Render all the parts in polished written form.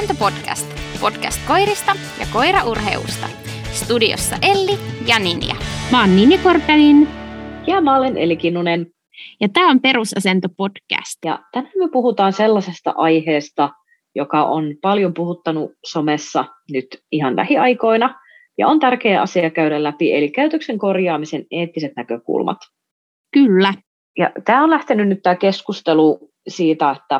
Asento-podcast. Podcast koirista ja koiraurheusta. Studiossa Elli ja Ninja. Mä oon Ninja Korpelin. Ja mä olen Elli Kinnunen. Ja tää on Perusasento-podcast. Ja tänään me puhutaan sellaisesta aiheesta, joka on paljon puhuttanut somessa nyt ihan lähiaikoina. Ja on tärkeä asia käydä läpi, eli käytöksen korjaamisen eettiset näkökulmat. Kyllä. Ja tämä on lähtenyt nyt tämä keskustelu siitä, että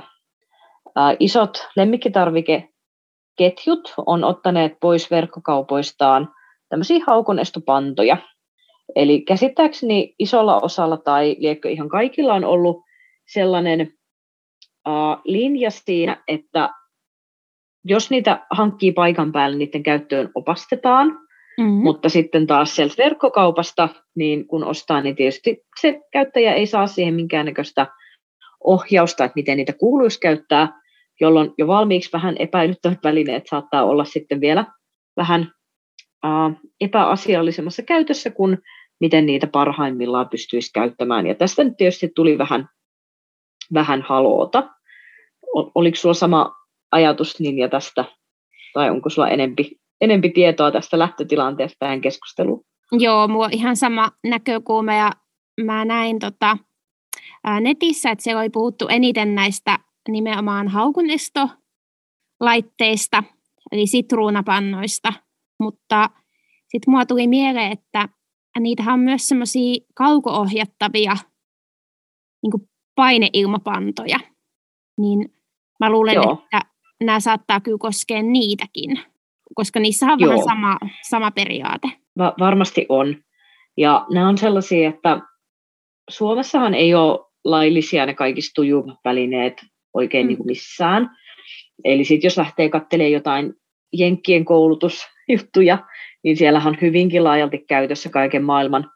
isot lemmikkitarvikeketjut on ottaneet pois verkkokaupoistaan tämmöisiä haukonestopantoja. Eli käsittääkseni isolla osalla tai liekö ihan kaikilla on ollut sellainen linja siinä, että jos niitä hankkii paikan päälle, niiden käyttöön opastetaan, mutta sitten taas sieltä verkkokaupasta, niin kun ostaa, niin tietysti se käyttäjä ei saa siihen minkäännäköistä ohjausta, että miten niitä kuuluisi käyttää, jolloin jo valmiiksi vähän epäilyttävät välineet saattaa olla sitten vielä vähän epäasiallisemmassa käytössä kuin miten niitä parhaimmillaan pystyisi käyttämään. Ja tästä nyt tietysti tuli vähän haloota. Oliko sulla sama ajatus, Ninja, tästä, tai onko sulla enempi tietoa tästä lähtötilanteesta tähän keskusteluun? Joo, mulla on ihan sama näkökulma, ja mä näin netissä, että siellä oli puhuttu eniten näistä nimenomaan haukunestolaitteista, eli sitruunapannoista, mutta sitten mulla tuli mieleen, että niitähän on myös semmoisia kauko-ohjattavia niin kuin paineilmapantoja, niin mä luulen, että nämä saattaa kyllä koskea niitäkin, koska niissä on vähän sama periaate. Varmasti on. Ja nämä on sellaisia, että Suomessahan ei ole laillisia ne kaikista tujuvälineet oikein niin kuin missään. Eli sitten jos lähtee katselemaan jotain jenkkien koulutusjuttuja, niin siellähän on hyvinkin laajalti käytössä kaiken maailman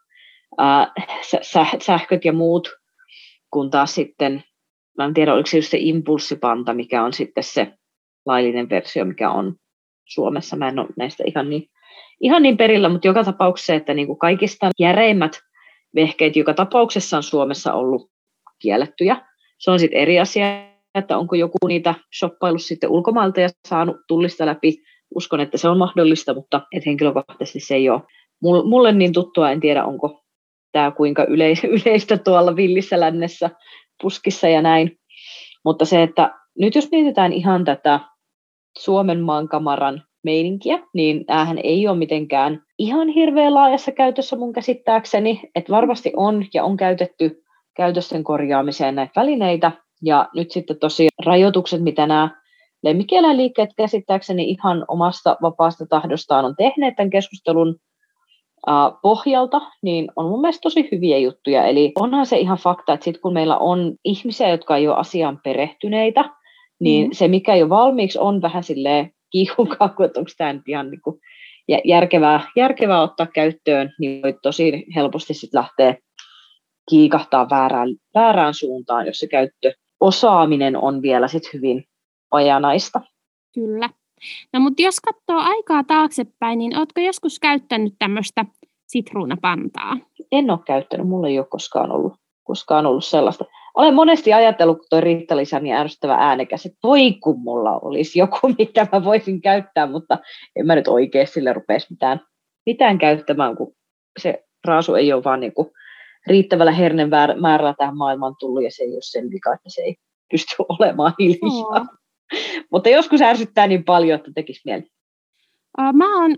sähköt ja muut, kun taas sitten, mä en tiedä, oliko se just se impulssipanta, mikä on sitten se laillinen versio, mikä on Suomessa. Mä en ole näistä ihan niin perillä, mutta joka tapauksessa, että niin kuin kaikista järeimmät vehkeet joka tapauksessa on Suomessa ollut kiellettyjä. Se on sitten eri asia, että onko joku niitä shoppaillut sitten ulkomailta ja saanut tullista läpi. Uskon, että se on mahdollista, mutta henkilökohtaisesti se ei ole mulle niin tuttua. En tiedä, onko tämä kuinka yleistä tuolla villissä lännessä, puskissa ja näin. Mutta se, että nyt jos mietitään ihan tätä Suomen maankamaran meininkiä, niin tämähän ei ole mitenkään ihan hirveän laajassa käytössä mun käsittääkseni, että varmasti on ja on käytetty käytösten korjaamiseen näitä välineitä, ja nyt sitten tosiaan rajoitukset, mitä nämä lemmikkieläinliikkeet käsittääkseni ihan omasta vapaasta tahdostaan on tehneet tämän keskustelun pohjalta, niin on mun mielestä tosi hyviä juttuja, eli onhan se ihan fakta, että sitten kun meillä on ihmisiä, jotka ei ole asiaan perehtyneitä, niin se mikä jo valmiiksi on vähän silleen kiihukaa, että onko tämä nyt ihan niin kuin järkevää ottaa käyttöön, niin voi tosi helposti sitten lähteä kiikahtaa väärään suuntaan, jos se käyttöosaaminen on vielä sitten hyvin ajanaista. Kyllä. No mutta jos katsoo aikaa taaksepäin, niin oletko joskus käyttänyt tämmöistä sitruunapantaa? En ole käyttänyt, mulla ei ole koskaan ollut sellaista. Olen monesti ajatellut, kun tuo Riitta-Liisa niin ärsyttävä äänekäs, että voi kun mulla olisi joku, mitä mä voisin käyttää, mutta en mä nyt oikeasti sille rupeisi mitään käyttämään, kun se raasu ei ole vaan niin kuin riittävällä hernen määrällä tähän maailmaan tullut, ja se ei ole sen vika, että se ei pysty olemaan hiljaa. Mutta joskus ärsyttää niin paljon, että tekisi mieli. Mä oon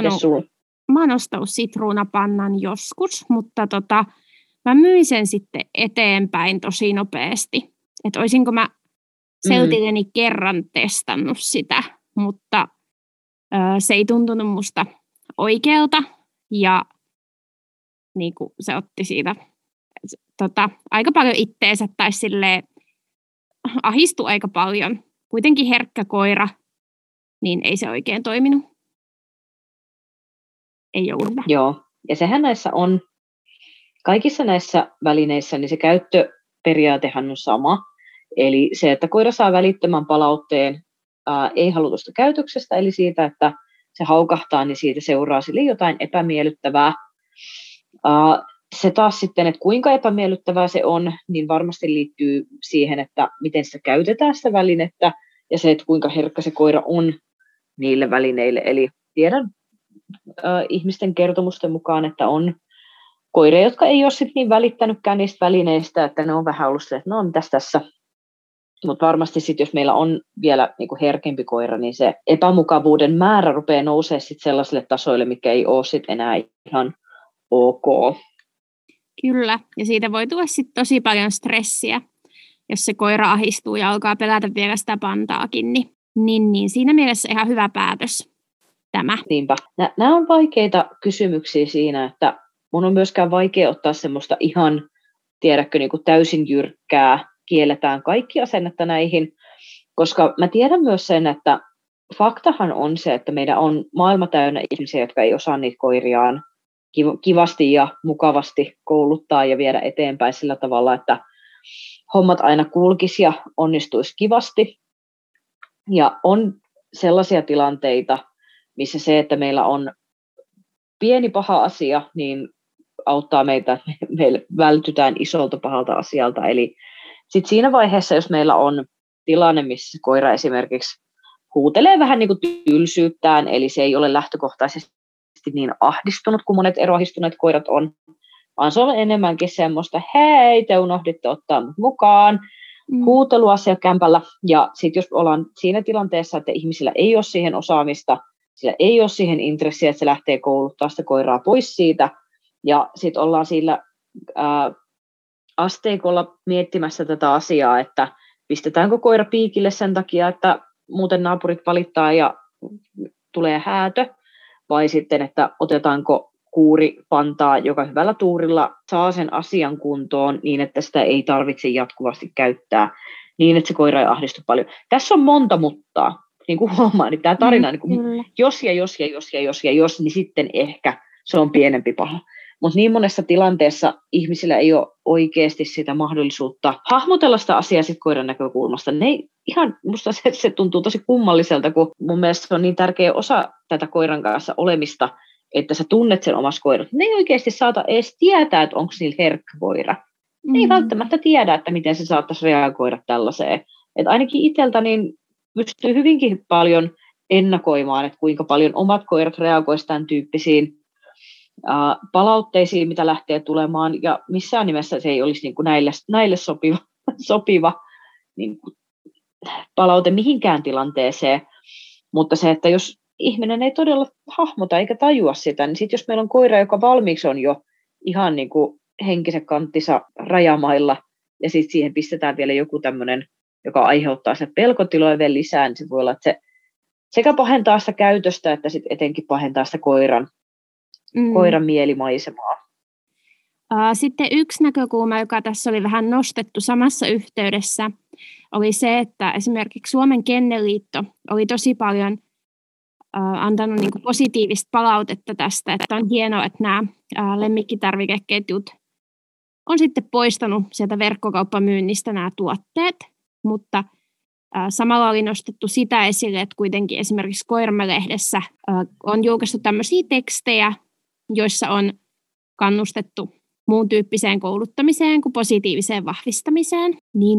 ostanut sitruunapannan joskus, mutta mä myin sen sitten eteenpäin tosi nopeasti. Että olisinko mä seltilleni kerran testannut sitä, mutta se ei tuntunut musta oikealta, ja niin kuin se otti siitä aika paljon itteensä, tai silleen ahistui aika paljon. Kuitenkin herkkä koira, niin ei se oikein toiminut. Ei ollut. Joo, ja sehän näissä on, kaikissa näissä välineissä, niin se käyttöperiaatehan on sama. Eli se, että koira saa välittömän palautteen ei-halutusta käytöksestä, eli siitä, että se haukahtaa, niin siitä seuraa sille jotain epämiellyttävää. Se taas sitten, että kuinka epämiellyttävää se on, niin varmasti liittyy siihen, että miten sitä käytetään sitä välinettä ja se, että kuinka herkkä se koira on niille välineille. Eli tiedän ihmisten kertomusten mukaan, että on koiria, jotka ei ole sit niin välittänytkään niistä välineistä, että ne on vähän ollut se, että no mitäs tässä. Mutta varmasti sitten, jos meillä on vielä niinku herkempi koira, niin se epämukavuuden määrä rupeaa nousemaan sit sellaisille tasoille, mikä ei ole sit enää ihan ok. Kyllä, ja siitä voi tulla sitten tosi paljon stressiä, jos se koira ahistuu ja alkaa pelätä vielä sitä pantaakin, niin siinä mielessä ihan hyvä päätös tämä. Niinpä. Nämä on vaikeita kysymyksiä siinä, että mun on myöskään vaikea ottaa semmoista ihan, tiedätkö, niin kuin täysin jyrkkää, kielletään kaikki asennetta näihin, koska mä tiedän myös sen, että faktahan on se, että meidän on maailma täynnä ihmisiä, jotka ei osaa niitä koiriaan kivasti ja mukavasti kouluttaa ja viedä eteenpäin sillä tavalla, että hommat aina kulkisi ja onnistuisi kivasti. Ja on sellaisia tilanteita, missä se, että meillä on pieni paha asia, niin auttaa meitä, että me vältytään isolta pahalta asialta. Eli sitten siinä vaiheessa, jos meillä on tilanne, missä koira esimerkiksi huutelee vähän niin kuin tylsyyttään, eli se ei ole lähtökohtaisesti niin ahdistunut kuin monet eroahdistuneet koirat on, vaan se on enemmänkin semmoista, hei, te unohditte ottaa mut mukaan, huutelua siellä kämpällä. Ja sitten jos ollaan siinä tilanteessa, että ihmisillä ei ole siihen osaamista, sillä ei ole siihen intressiä, että se lähtee kouluttaa sitä koiraa pois siitä, ja sitten ollaan sillä asteikolla miettimässä tätä asiaa, että pistetäänkö koira piikille sen takia, että muuten naapurit valittaa ja tulee häätö, vai sitten, että otetaanko kuuri pantaa, joka hyvällä tuurilla saa sen asian kuntoon niin, että sitä ei tarvitse jatkuvasti käyttää, niin että se koira ei ahdistu paljon. Tässä on monta muttaa. Niin kuin huomaa, niin tämä tarina, niin kuin, jos, niin sitten ehkä se on pienempi paha. Mutta niin monessa tilanteessa ihmisillä ei ole oikeasti sitä mahdollisuutta hahmotella sitä asiaa sit koiran näkökulmasta. Musta se tuntuu tosi kummalliselta, kun mun mielestä se on niin tärkeä osa tätä koiran kanssa olemista, että sä tunnet sen omassa koiran. Ne ei oikeasti saata edes tietää, että onko niillä herkkä koira. Ne ei välttämättä tiedä, että miten se saattaisi reagoida tällaiseen. Et ainakin itseltä niin pystyy hyvinkin paljon ennakoimaan, että kuinka paljon omat koirat reagoisivat tämän tyyppisiin palautteisiin, mitä lähtee tulemaan, ja missään nimessä se ei olisi niin kuin näille sopiva niin kuin palaute mihinkään tilanteeseen, mutta se, että jos ihminen ei todella hahmota eikä tajua sitä, niin sitten jos meillä on koira, joka valmiiksi on jo ihan niin kuin henkisen kanttinsa rajamailla, ja sitten siihen pistetään vielä joku tämmöinen, joka aiheuttaa se pelkotiloja vielä lisää, niin se voi olla, että se sekä pahentaa sitä käytöstä, että sitten etenkin pahentaa sitä koiran mielimaisemaa. Sitten yksi näkökulma, joka tässä oli vähän nostettu samassa yhteydessä, oli se, että esimerkiksi Suomen Kennelliitto oli tosi paljon antanut niin kuin positiivista palautetta tästä, että on hienoa, että nämä lemmikkitarvikeketjut on sitten poistanut sieltä verkkokauppamyynnistä nämä tuotteet, mutta samalla oli nostettu sitä esille, että kuitenkin esimerkiksi Koirma-lehdessä on julkaistu tämmöisiä tekstejä, joissa on kannustettu muun tyyppiseen kouluttamiseen kuin positiiviseen vahvistamiseen. Niin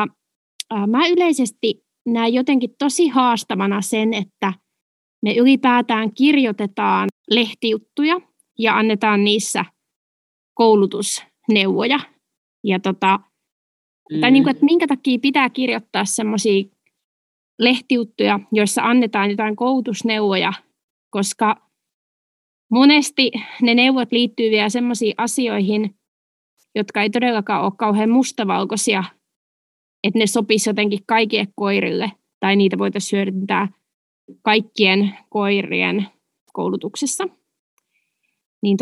mä yleisesti näen jotenkin tosi haastavana sen, että me ylipäätään kirjoitetaan lehtijuttuja ja annetaan niissä koulutusneuvoja. Ja tai niin kuin, että minkä takia pitää kirjoittaa semmoisia lehtijuttuja, joissa annetaan jotain koulutusneuvoja, koska monesti ne neuvot liittyy vielä semmoisiin asioihin, jotka ei todellakaan ole kauhean mustavalkoisia, että ne sopisi jotenkin kaikille koirille, tai niitä voitaisiin hyödyntää kaikkien koirien koulutuksessa. Niin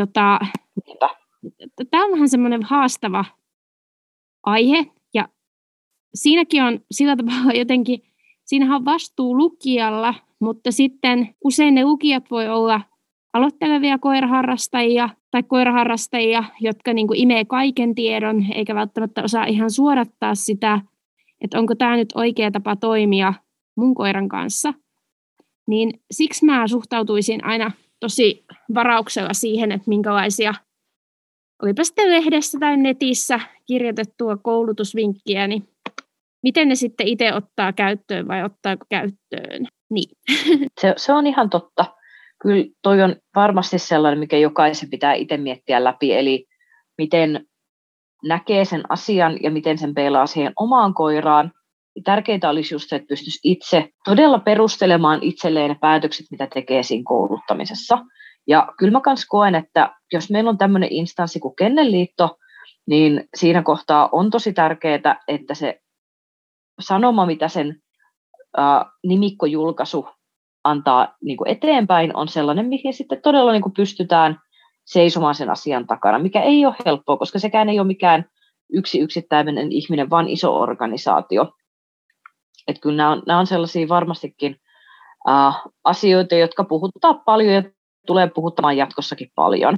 tämä on vähän semmoinen haastava aihe, ja siinäkin on sillä tavalla jotenkin, siinähän on vastuu lukijalla, mutta sitten usein ne lukijat voi olla aloittelevia koiraharrastajia tai koiraharrastajia, jotka niin kuin imee kaiken tiedon, eikä välttämättä osaa ihan suodattaa sitä, että onko tämä nyt oikea tapa toimia mun koiran kanssa. Niin siksi mä suhtautuisin aina tosi varauksella siihen, että minkälaisia, olipa sitten lehdessä tai netissä kirjoitettua koulutusvinkkiä, niin miten ne sitten itse ottaa käyttöön vai ottaako käyttöön. Niin. Se on ihan totta. Kyllä toi on varmasti sellainen, mikä jokaisen pitää itse miettiä läpi, eli miten näkee sen asian ja miten sen peilaa siihen omaan koiraan. Tärkeintä olisi just se, että pystyisi itse todella perustelemaan itselleen ne päätökset, mitä tekee siinä kouluttamisessa. Ja kyllä mä myös koen, että jos meillä on tämmöinen instanssi kuin Kennelliitto, niin siinä kohtaa on tosi tärkeää, että se sanoma, mitä sen nimikkojulkaisu antaa niin kuin eteenpäin, on sellainen, mihin sitten todella niin kuin pystytään seisomaan sen asian takana, mikä ei ole helppoa, koska sekään ei ole mikään yksittäinen ihminen, vaan iso organisaatio. Että kyllä nämä on sellaisia varmastikin asioita, jotka puhuttaa paljon ja tulee puhuttamaan jatkossakin paljon.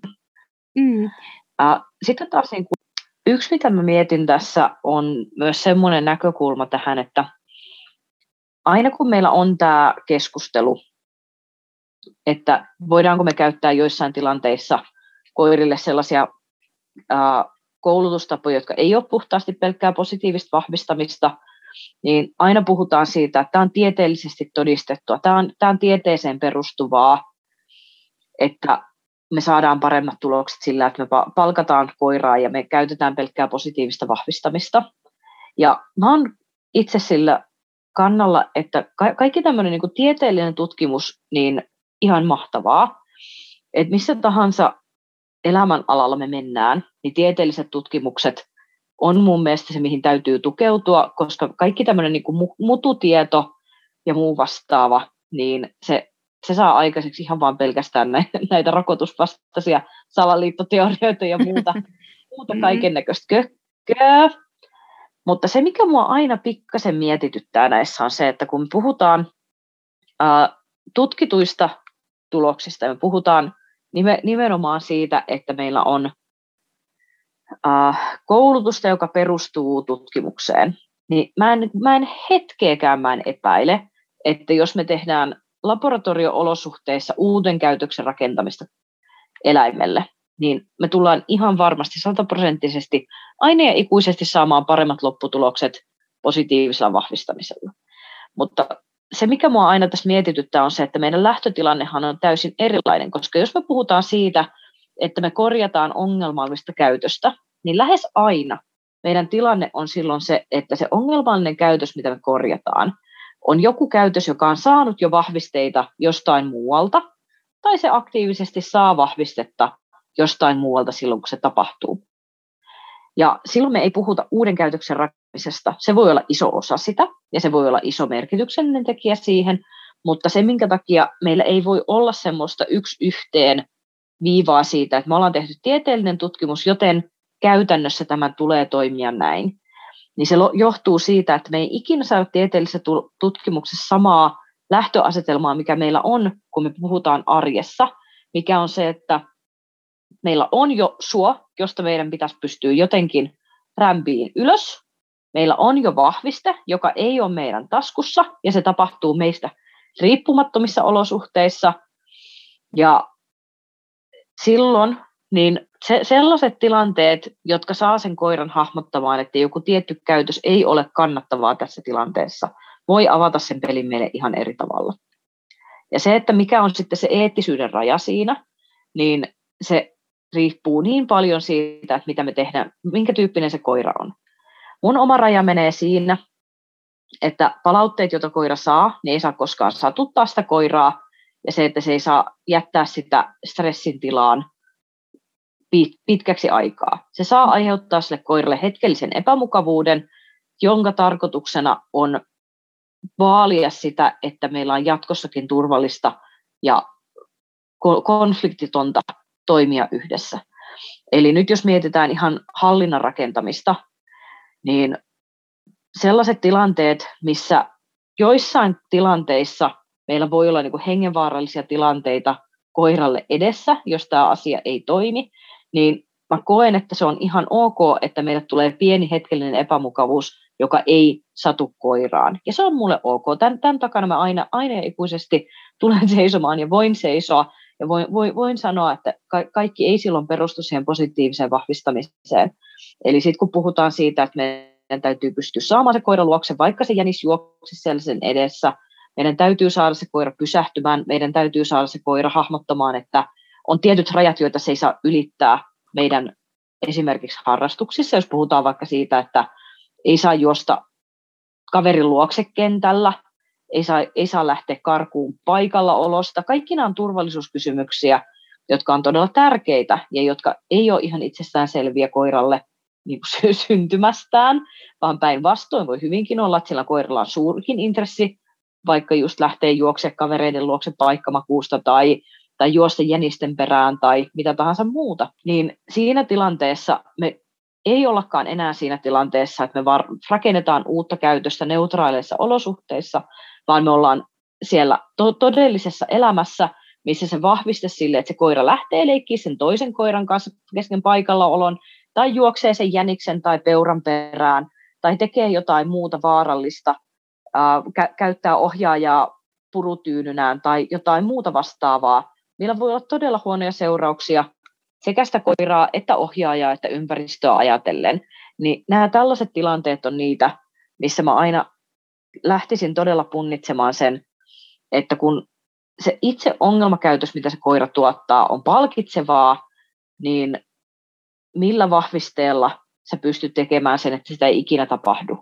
Sitten taas niin kuin, yksi, mitä mä mietin tässä, on myös semmoinen näkökulma tähän, että aina kun meillä on tämä keskustelu, että voidaanko me käyttää joissain tilanteissa koirille sellaisia koulutustapoja, jotka ei ole puhtaasti pelkkää positiivista vahvistamista, niin aina puhutaan siitä, että tämä on tieteellisesti todistettua, tämä on tieteeseen perustuvaa, että me saadaan paremmat tulokset sillä, että me palkataan koiraa ja me käytetään pelkkää positiivista vahvistamista. Ja mä oon itse sillä kannalla, että kaikki tämmöinen niin kuin tieteellinen tutkimus, niin ihan mahtavaa, että missä tahansa elämän alalla me mennään, niin tieteelliset tutkimukset on mun mielestä se, mihin täytyy tukeutua, koska kaikki tämmöinen niin kuin mututieto ja muu vastaava, niin se saa aikaiseksi ihan vaan pelkästään näitä rokotusvastaisia salaliittoteorioita ja muuta kaiken näköistä kökköä. Mutta se, mikä mua aina pikkasen mietityttää näissä, on se, että kun me puhutaan tutkituista tuloksista, me puhutaan nimenomaan siitä, että meillä on koulutusta, joka perustuu tutkimukseen, niin mä en hetkeäkään epäile, että jos me tehdään laboratorio-olosuhteissa uuden käytöksen rakentamista eläimelle, niin me tullaan ihan varmasti 100% aina ja ikuisesti saamaan paremmat lopputulokset positiivisella vahvistamisella. Mutta se, mikä mua aina tässä mietityttää, on se, että meidän lähtötilannehan on täysin erilainen, koska jos me puhutaan siitä, että me korjataan ongelmallista käytöstä, niin lähes aina meidän tilanne on silloin se, että se ongelmallinen käytös, mitä me korjataan, on joku käytös, joka on saanut jo vahvisteita jostain muualta, tai se aktiivisesti saa vahvistetta jostain muualta silloin, kun se tapahtuu. Ja silloin me ei puhuta uuden käytöksen rakentamisesta. Se voi olla iso osa sitä, ja se voi olla iso merkityksellinen tekijä siihen, mutta se, minkä takia meillä ei voi olla semmoista yksi yhteen viivaa siitä, että me ollaan tehty tieteellinen tutkimus, joten käytännössä tämä tulee toimia näin. Niin se johtuu siitä, että me ei ikinä saa tieteellisessä tutkimuksessa samaa lähtöasetelmaa, mikä meillä on, kun me puhutaan arjessa, mikä on se, että meillä on jo suo, josta meidän pitäisi pystyä jotenkin rämpiin ylös. Meillä on jo vahviste, joka ei ole meidän taskussa, ja se tapahtuu meistä riippumattomissa olosuhteissa. Ja silloin niin sellaiset tilanteet, jotka saa sen koiran hahmottamaan, että joku tietty käytös ei ole kannattavaa tässä tilanteessa, voi avata sen pelin meille ihan eri tavalla. Ja se, että mikä on sitten se eettisyyden raja siinä, niin se riippuu niin paljon siitä, että mitä me tehdään, minkä tyyppinen se koira on. Mun oma raja menee siinä, että palautteet, joita koira saa, niin ei saa koskaan satuttaa sitä koiraa, ja se, että se ei saa jättää sitä stressin tilaan pitkäksi aikaa. Se saa aiheuttaa sille koiralle hetkellisen epämukavuuden, jonka tarkoituksena on vaalia sitä, että meillä on jatkossakin turvallista ja konfliktitonta toimia yhdessä. Eli nyt jos mietitään ihan hallinnan rakentamista, niin sellaiset tilanteet, missä joissain tilanteissa meillä voi olla niin kuin hengenvaarallisia tilanteita koiralle edessä, jos tämä asia ei toimi, niin mä koen, että se on ihan ok, että meille tulee pieni hetkellinen epämukavuus, joka ei satu koiraan. Ja se on mulle ok. Tämän takana mä aina ja ikuisesti tulen seisomaan ja voin seisoa ja voin sanoa, että kaikki ei silloin perustu siihen positiiviseen vahvistamiseen. Eli sitten kun puhutaan siitä, että me täytyy pystyä saamaan se koira luokse, vaikka se jänis juoksisi siellä sen edessä. Meidän täytyy saada se koira pysähtymään, meidän täytyy saada se koira hahmottamaan, että on tietyt rajat, joita se ei saa ylittää meidän esimerkiksi harrastuksissa, jos puhutaan vaikka siitä, että ei saa juosta kaverin luokse kentällä, ei saa lähteä karkuun paikallaolosta. Kaikki nämä on turvallisuuskysymyksiä, jotka on todella tärkeitä ja jotka ei ole ihan itsestään selviä koiralle niin kuin syntymästään, vaan päinvastoin voi hyvinkin olla, että sillä koiralla on suurikin intressi, vaikka just lähtee juoksemaan kavereiden luokse paikkamakuusta tai juosta jänisten perään tai mitä tahansa muuta, niin siinä tilanteessa me ei ollakaan enää siinä tilanteessa, että me rakennetaan uutta käytöstä neutraaleissa olosuhteissa, vaan me ollaan siellä todellisessa elämässä, missä se vahviste sille, että se koira lähtee leikkiä sen toisen koiran kanssa kesken paikallaolon, tai juoksee sen jäniksen tai peuran perään, tai tekee jotain muuta vaarallista, käyttää ohjaajaa purutyynynään tai jotain muuta vastaavaa, millä voi olla todella huonoja seurauksia sekä sitä koiraa että ohjaajaa että ympäristöä ajatellen. Niin nämä tällaiset tilanteet on niitä, missä mä aina lähtisin todella punnitsemaan sen, että kun se itse ongelmakäytös, mitä se koira tuottaa, on palkitsevaa, niin millä vahvisteella sä pystyt tekemään sen, että sitä ei ikinä tapahdu.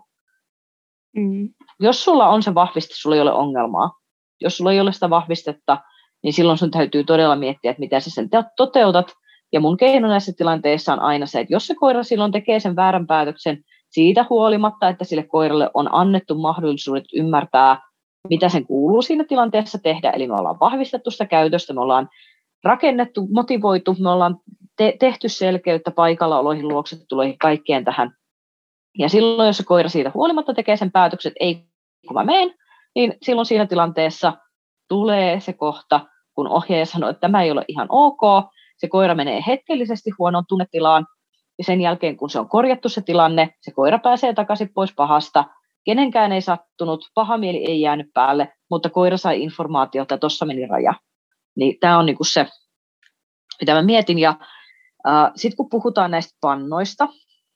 Jos sulla on se vahviste, sulla ei ole ongelmaa. Jos sulla ei ole sitä vahvistetta, niin silloin sun täytyy todella miettiä, että miten sä sen toteutat. Ja mun keino näissä tilanteissa on aina se, että jos se koira silloin tekee sen väärän päätöksen siitä huolimatta, että sille koiralle on annettu mahdollisuudet ymmärtää, mitä sen kuuluu siinä tilanteessa tehdä. Eli me ollaan vahvistettu sitä käytöstä, me ollaan rakennettu, motivoitu, me ollaan tehty selkeyttä paikallaoloihin, luoksetuloihin, kaikkeen tähän. Ja silloin, jos se koira siitä huolimatta tekee sen päätöksen, että ei kun mä menen, niin silloin siinä tilanteessa tulee se kohta, kun ohjaaja sanoo, että tämä ei ole ihan ok, se koira menee hetkellisesti huonoon tunnetilaan, ja sen jälkeen, kun se on korjattu se tilanne, se koira pääsee takaisin pois pahasta, kenenkään ei sattunut, paha mieli ei jäänyt päälle, mutta koira sai informaatiota, että tuossa meni raja. Niin tämä on niinku se, mitä mä mietin, ja sitten kun puhutaan näistä pannoista,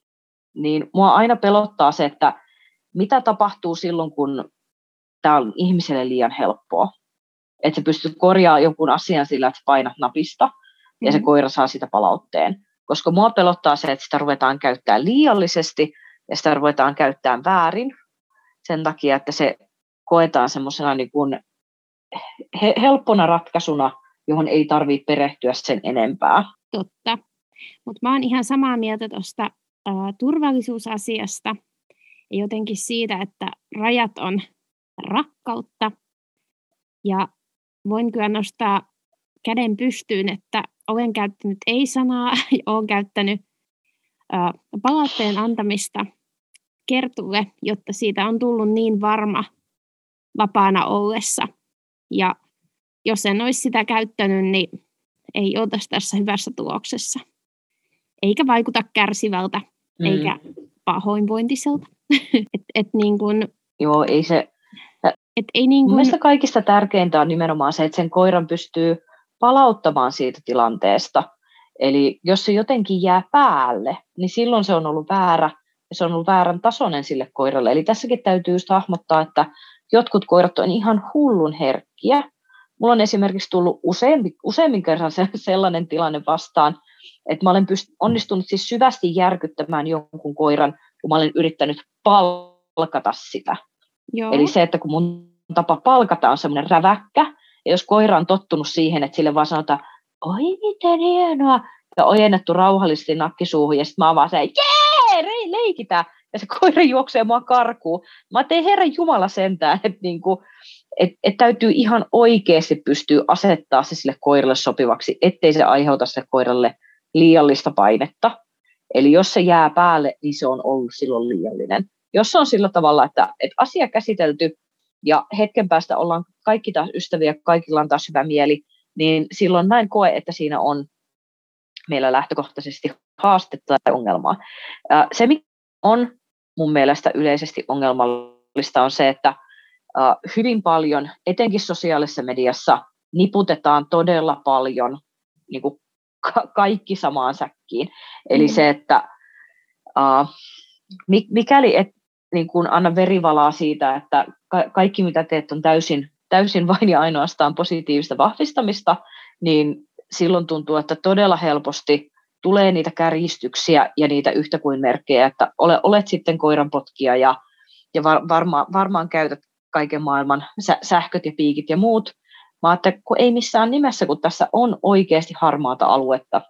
niin mua aina pelottaa se, että mitä tapahtuu silloin, kun tämä on ihmiselle liian helppoa. Että sä pystyt korjaamaan jonkun asian sillä, että painat napista ja se koira saa sitä palautteen. Koska mua pelottaa se, että sitä ruvetaan käyttämään liiallisesti ja sitä ruvetaan käyttämään väärin sen takia, että se koetaan semmoisena niin kuin helppona ratkaisuna, johon ei tarvitse perehtyä sen enempää. Totta. Mutta mä oon ihan samaa mieltä tuosta turvallisuusasiasta ja jotenkin siitä, että rajat on rakkautta. Ja voin kyllä nostaa käden pystyyn, että olen käyttänyt ei-sanaa ja olen käyttänyt palautteen antamista Kertulle, jotta siitä on tullut niin varma vapaana ollessa. Ja jos en olisi sitä käyttänyt, niin ei oltaisi tässä hyvässä tuloksessa. Eikä vaikuta kärsivältä, eikä pahoinvointiselta. niin kun, joo, ei se... niin kun... Mielestäni kaikista tärkeintä on nimenomaan se, että sen koiran pystyy palauttamaan siitä tilanteesta. Eli jos se jotenkin jää päälle, niin silloin se on ollut väärä, ja se on ollut väärän tasoinen sille koiralle. Eli tässäkin täytyy just hahmottaa, että jotkut koirat on ihan hullun herkkiä. Mulla on esimerkiksi tullut useammin kerran sellainen tilanne vastaan, että mä olen onnistunut siis syvästi järkyttämään jonkun koiran, kun mä olen yrittänyt palkata sitä. Joo. Eli se, että kun mun tapa palkata on semmoinen räväkkä, ja jos koira on tottunut siihen, että sille vaan sanotaan, oi miten hienoa, ja ojennettu rauhallisesti nakkisuuhun, ja sitten mä oon vaan se, jee, leikitään, ja se koira juoksee mua karkuun. Mä tein Herran Jumala sentään, että niinku, et täytyy ihan oikeasti pystyä asettaa se sille koiralle sopivaksi, ettei se aiheuta sille koiralle liiallista painetta. Eli jos se jää päälle, niin se on ollut silloin liiallinen. Jos se on sillä tavalla, että asia käsitelty ja hetken päästä ollaan kaikki taas ystäviä, kaikilla on taas hyvä mieli, niin silloin mä en koe, että siinä on meillä lähtökohtaisesti haastetta tai ongelmaa. Se, mikä on mun mielestä yleisesti ongelmallista, on se, että hyvin paljon, etenkin sosiaalisessa mediassa, niputetaan todella paljon niin kuin kaikki samaan säkkiin. Eli se, että mikäli et niin kuin anna verivalaa siitä, että kaikki mitä teet on täysin vain ja ainoastaan positiivista vahvistamista, niin silloin tuntuu, että todella helposti tulee niitä kärjistyksiä ja niitä yhtä kuin merkkejä, että olet sitten koiranpotkija ja varmaan käytät kaiken maailman sähköt ja piikit ja muut. Mä ajattelin, kun ei missään nimessä, kun tässä on oikeasti harmaata aluetta.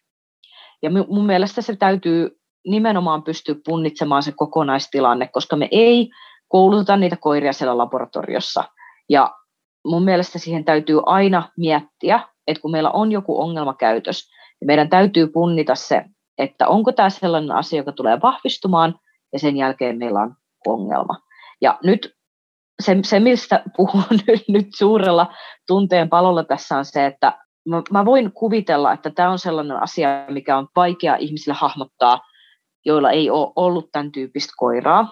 Ja mun mielestä se täytyy nimenomaan pystyä punnitsemaan se kokonaistilanne, koska me ei kouluteta niitä koiria siellä laboratoriossa. Ja mun mielestä siihen täytyy aina miettiä, että kun meillä on joku ongelmakäytös, niin meidän täytyy punnita se, että onko tämä sellainen asia, joka tulee vahvistumaan, ja sen jälkeen meillä on ongelma. Ja nyt se mistä puhun nyt suurella tunteen palolla tässä on se, että mä voin kuvitella, että tämä on sellainen asia, mikä on vaikea ihmisille hahmottaa, joilla ei ole ollut tämän tyyppistä koiraa.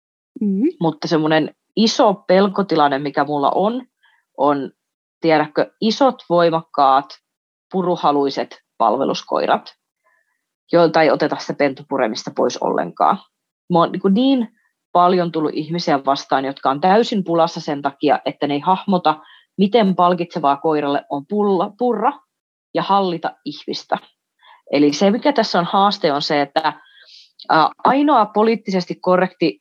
Mutta semmoinen iso pelkotilanne, mikä mulla on, tiedätkö, isot, voimakkaat, puruhaluiset palveluskoirat, joilta ei oteta se pentupuremista pois ollenkaan. Mä oon niin paljon tullut ihmisiä vastaan, jotka on täysin pulassa sen takia, että ne ei hahmota, miten palkitsevaa koiralle on purra ja hallita ihmistä. Eli se, mikä tässä on haaste, on se, että ainoa poliittisesti korrekti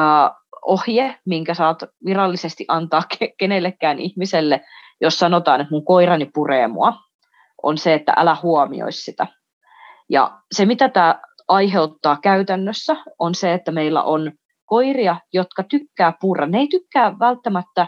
ohje, minkä saat virallisesti antaa kenellekään ihmiselle, jos sanotaan, että mun koirani puree mua, on se, että älä huomioi sitä. Ja se, mitä tämä aiheuttaa käytännössä, on se, että meillä on koiria, jotka tykkää purra. Ne ei tykkää välttämättä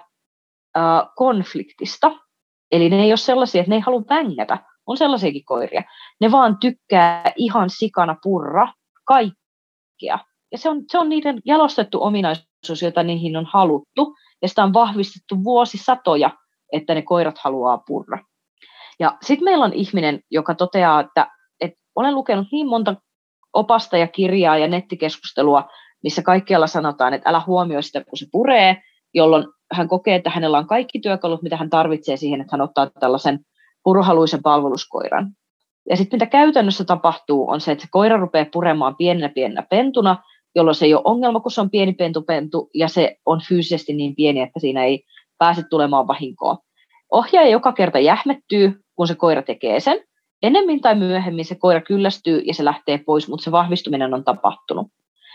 konfliktista, eli ne ei ole sellaisia, että ne ei halua vängätä. On sellaisiakin koiria. Ne vaan tykkää ihan sikana purra kaikkea. Ja se on niiden jalostettu ominaisuus, jota niihin on haluttu, ja sitä on vahvistettu vuosisatoja, että ne koirat haluaa purra. Ja sitten meillä on ihminen, joka toteaa, että olen lukenut niin monta opasta ja kirjaa ja nettikeskustelua, missä kaikkialla sanotaan, että älä huomioi sitä, kun se puree, jolloin hän kokee, että hänellä on kaikki työkalut, mitä hän tarvitsee siihen, että hän ottaa tällaisen puruhaluisen palveluskoiran. Ja sitten mitä käytännössä tapahtuu, on se, että se koira rupeaa puremaan pienenä pentuna, jolloin se ei ole ongelma, kun se on pieni pentu, ja se on fyysisesti niin pieni, että siinä ei pääse tulemaan vahinkoa. Ohjaaja joka kerta jähmettyy, kun se koira tekee sen. Ennemmin tai myöhemmin se koira kyllästyy ja se lähtee pois, mutta se vahvistuminen on tapahtunut.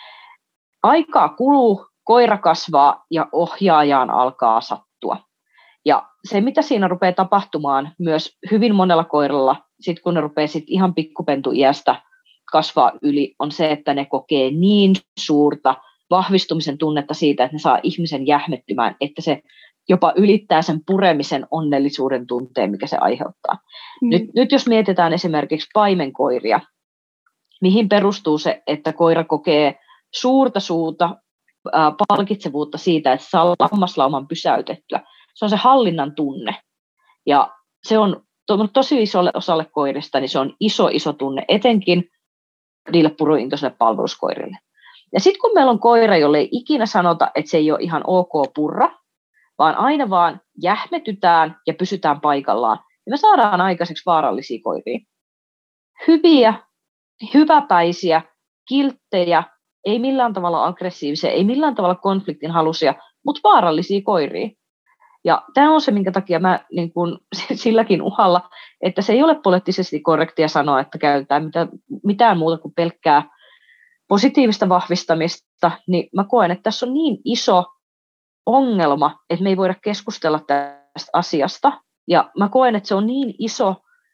Aikaa kuluu, koira kasvaa ja ohjaajaan alkaa sattua. Ja se, mitä siinä rupeaa tapahtumaan myös hyvin monella koiralla, sit kun ne rupeaa ihan pikkupentu-iästä kasvaa yli, on se, että ne kokee niin suurta vahvistumisen tunnetta siitä, että ne saa ihmisen jähmettymään, että se jopa ylittää sen puremisen onnellisuuden tunteen, mikä se aiheuttaa. Nyt jos mietitään esimerkiksi paimenkoiria, mihin perustuu se, että koira kokee suurta palkitsevuutta siitä, että saa lammaslauman pysäytettyä. Se on se hallinnan tunne. Ja se on tosi isolle osalle koirista, niin se on iso tunne, etenkin niille puruintoisille palveluskoirille. Ja sitten kun meillä on koira, jolle ei ikinä sanota, että se ei ole ihan ok purra, vaan aina vaan jähmetytään ja pysytään paikallaan, niin me saadaan aikaiseksi vaarallisia koiria. Hyviä, hyväpäisiä, kilttejä, ei millään tavalla aggressiivisia, ei millään tavalla konfliktinhaluisia, mutta vaarallisia koiria. Ja tämä on se, minkä takia mä niin kun, silläkin uhalla, että se ei ole poliittisesti korrektia sanoa, että käytetään mitään muuta kuin pelkkää positiivista vahvistamista, niin mä koen, että tässä on niin iso ongelma, että me ei voida keskustella tästä asiasta. Ja mä koen, että se on niin iso,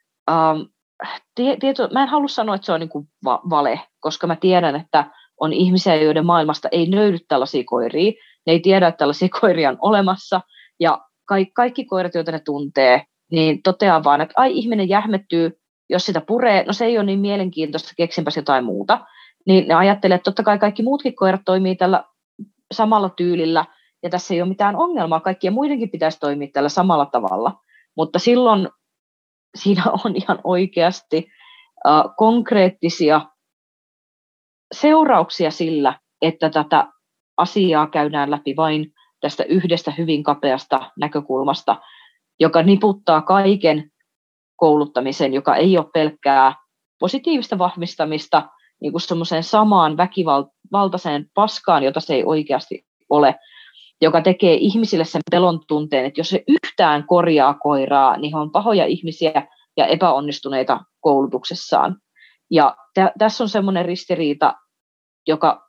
mä en halua sanoa, että se on niin kuin vale, koska mä tiedän, että on ihmisiä, joiden maailmasta ei löydy tällaisia koiria. Ne ei tiedä, että tällaisia koiria on olemassa. Ja kaikki koirat, joita ne tuntee, niin toteaa vaan, että ai ihminen jähmettyy, jos sitä puree. No se ei ole niin mielenkiintoista, keksinpäs jotain muuta. Niin ne ajattelee, että totta kai kaikki muutkin koirat toimii tällä samalla tyylillä. Ja tässä ei ole mitään ongelmaa. Kaikkien muidenkin pitäisi toimia tällä samalla tavalla. Mutta silloin siinä on ihan oikeasti konkreettisia seurauksia sillä, että tätä asiaa käydään läpi vain tästä yhdestä hyvin kapeasta näkökulmasta, joka niputtaa kaiken kouluttamisen, joka ei ole pelkkää positiivista vahvistamista niin kuin semmoiseen samaan väkivaltaiseen paskaan, jota se ei oikeasti ole, joka tekee ihmisille sen pelon tunteen, että jos se yhtään korjaa koiraa, niin he on pahoja ihmisiä ja epäonnistuneita koulutuksessaan. Ja tässä on semmoinen ristiriita, joka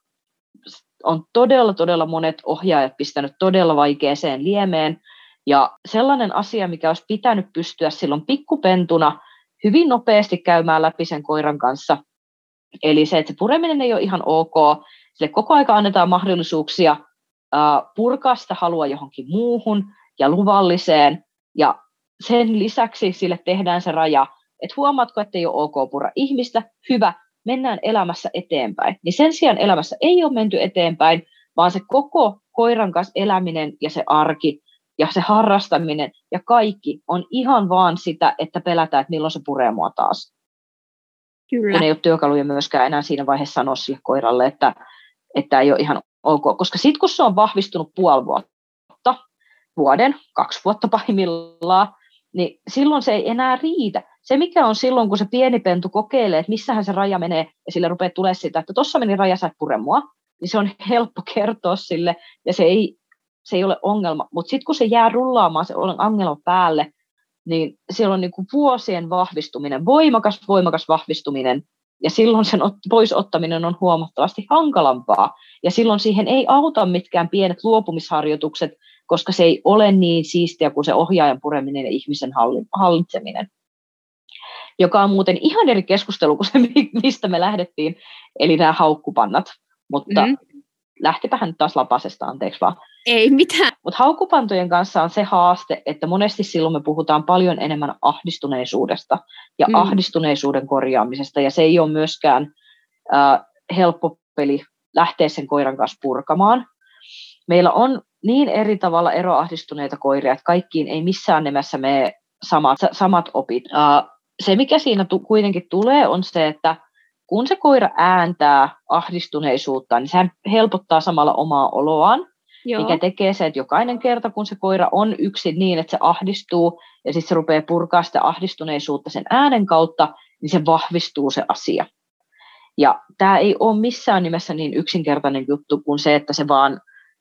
on todella monet ohjaajat pistänyt todella vaikeaseen liemeen. Ja sellainen asia, mikä olisi pitänyt pystyä silloin pikkupentuna hyvin nopeasti käymään läpi sen koiran kanssa. Eli se, että se pureminen ei ole ihan ok, sille koko aika annetaan mahdollisuuksia purkaa sitä halua johonkin muuhun ja luvalliseen. Ja sen lisäksi sille tehdään se raja, että huomaatko, että ei ole ok purra ihmistä, hyvä, mennään elämässä eteenpäin. Niin sen sijaan elämässä ei ole menty eteenpäin, vaan se koko koiran kanssa eläminen ja se arki ja se harrastaminen ja kaikki on ihan vaan sitä, että pelätään, että milloin se puree mua taas. Kyllä. Kun ei ole työkaluja myöskään enää siinä vaiheessa sanoa sille koiralle, että ei ole ihan ok. Koska sitten kun se on vahvistunut puoli vuotta, vuoden, 2 vuotta pahimmillaan, niin silloin se ei enää riitä. Se, mikä on silloin, kun se pieni pentu kokeilee, että missähän se raja menee, ja sille rupeaa tulemaan sitä, että tuossa meni raja, sä et pure mua, niin se on helppo kertoa sille, ja se ei ole ongelma. Mutta sitten kun se jää rullaamaan se ongelma päälle, niin siellä on niinku vuosien vahvistuminen, voimakas vahvistuminen, ja silloin sen pois ottaminen on huomattavasti hankalampaa. Ja silloin siihen ei auta mitkään pienet luopumisharjoitukset, koska se ei ole niin siistiä kuin se ohjaajan pureminen ja ihmisen hallitseminen. Joka on muuten ihan eri keskustelu kuin se, mistä me lähdettiin, eli nämä haukkupannat. Mutta lähtipähän nyt taas lapasesta, anteeksi vaan. Ei mitään. Mutta haukkupantojen kanssa on se haaste, että monesti silloin me puhutaan paljon enemmän ahdistuneisuudesta ja ahdistuneisuuden korjaamisesta, ja se ei ole myöskään helppo peli lähteä sen koiran kanssa purkamaan. Meillä on niin eri tavalla eroahdistuneita koiria, että kaikkiin ei missään nimessä mene samat opit. Se, mikä siinä kuitenkin tulee, on se, että kun se koira ääntää ahdistuneisuutta, niin se helpottaa samalla omaa oloaan, mikä tekee se, että jokainen kerta, kun se koira on yksin niin, että se ahdistuu, ja sitten se rupeaa purkaa sitä ahdistuneisuutta sen äänen kautta, niin se vahvistuu se asia. Ja tämä ei ole missään nimessä niin yksinkertainen juttu kuin se, että se vaan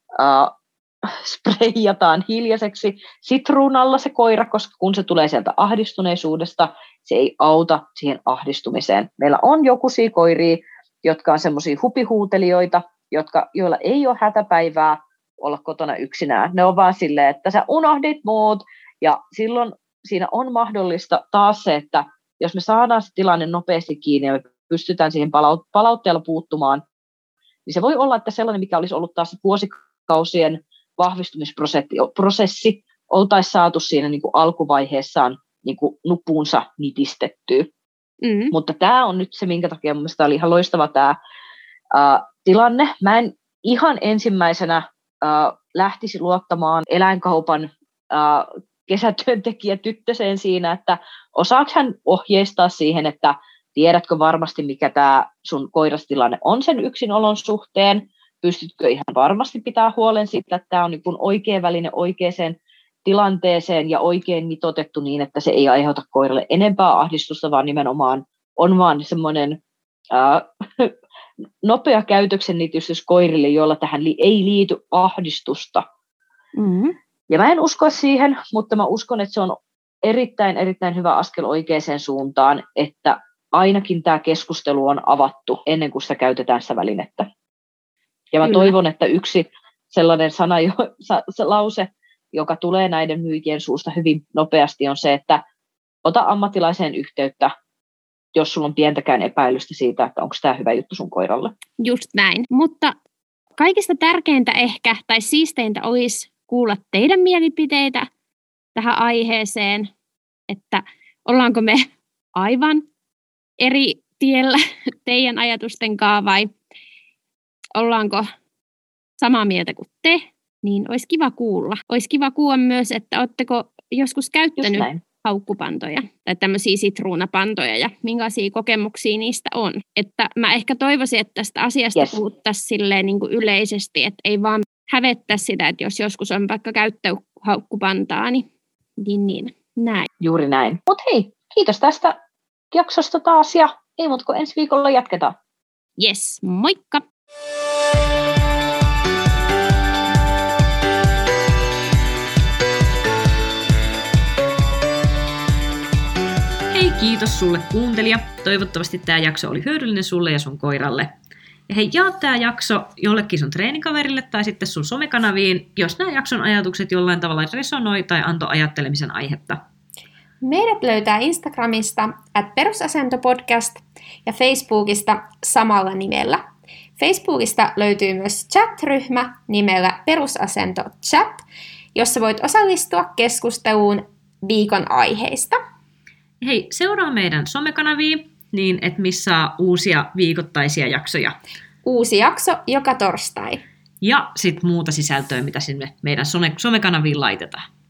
spreijataan hiljaiseksi sitruunalla se koira, koska kun se tulee sieltä ahdistuneisuudesta, se ei auta siihen ahdistumiseen. Meillä on jokuisia koiria, jotka on semmoisia hupihuutelijoita, joilla ei ole hätäpäivää olla kotona yksinään. Ne on vaan silleen, että sä unohdit muut, ja silloin siinä on mahdollista taas se, että jos me saadaan se tilanne nopeasti kiinni ja me pystytään siihen palautteella puuttumaan, niin se voi olla, että sellainen, mikä olisi ollut taas vuosikausien vahvistumisprosessi, oltaisiin saatu siinä niin kuin alkuvaiheessaan niin kuin nupuunsa nitistettyä. Mutta tämä on nyt se, minkä takia mun mielestä oli ihan loistava tämä tilanne. Mä en ihan ensimmäisenä lähtisi luottamaan eläinkaupan kesätyöntekijä tyttöseen siinä, että osaako hän ohjeistaa siihen, että tiedätkö varmasti, mikä tämä sun koirastilanne on sen yksinolon suhteen, pystytkö ihan varmasti pitää huolen siitä, että tämä on niin kuin oikea väline oikeaan tilanteeseen ja oikein mitoitettu niin, että se ei aiheuta koiralle enempää ahdistusta, vaan nimenomaan on vaan semmoinen nopea käytöksen nitistys koirille, jolla tähän ei liity ahdistusta. Ja mä en usko siihen, mutta mä uskon, että se on erittäin hyvä askel oikeaan suuntaan, että ainakin tämä keskustelu on avattu ennen kuin sitä käytetään sitä välinettä. Ja mä toivon, että yksi sellainen lause, joka tulee näiden myyjien suusta hyvin nopeasti, on se, että ota ammattilaiseen yhteyttä, jos sulla on pientäkään epäilystä siitä, että onko tämä hyvä juttu sun koiralle. Just näin. Mutta kaikista tärkeintä ehkä, tai siisteintä olisi kuulla teidän mielipiteitä tähän aiheeseen, että ollaanko me aivan eri tiellä teidän ajatusten kanssa vai ollaanko samaa mieltä kuin te, niin olisi kiva kuulla. Olisi kiva kuulla myös, että oletteko joskus käyttänyt haukkupantoja tai tämmöisiä sitruunapantoja ja minkälaisia kokemuksia niistä on. Että mä ehkä toivoisin, että tästä asiasta puhuttaisiin silleen niin kuin yleisesti, että ei vaan hävettäisi sitä, että jos joskus on vaikka käyttänyt haukkupantaa, niin näin. Juuri näin. Mutta hei, kiitos tästä jaksosta taas ja ei muuta kuin ensi viikolla jatketaan. Yes, moikka! Hei, kiitos sulle kuuntelija. Toivottavasti tämä jakso oli hyödyllinen sulle ja sun koiralle. Ja hei, jaa tämä jakso jollekin sun treenikaverille tai sitten sun somekanaviin, jos nämä jakson ajatukset jollain tavalla resonoi tai antoi ajattelemisen aihetta. Meidät löytää Instagramista @perusasentopodcast ja Facebookista samalla nimellä. Facebookista löytyy myös chat-ryhmä nimellä Perusasento Chat, jossa voit osallistua keskusteluun viikon aiheista. Hei, seuraa meidän somekanavia niin, että missaa uusia viikoittaisia jaksoja. Uusi jakso joka torstai. Ja sitten muuta sisältöä, mitä sinne meidän somekanaviin laitetaan.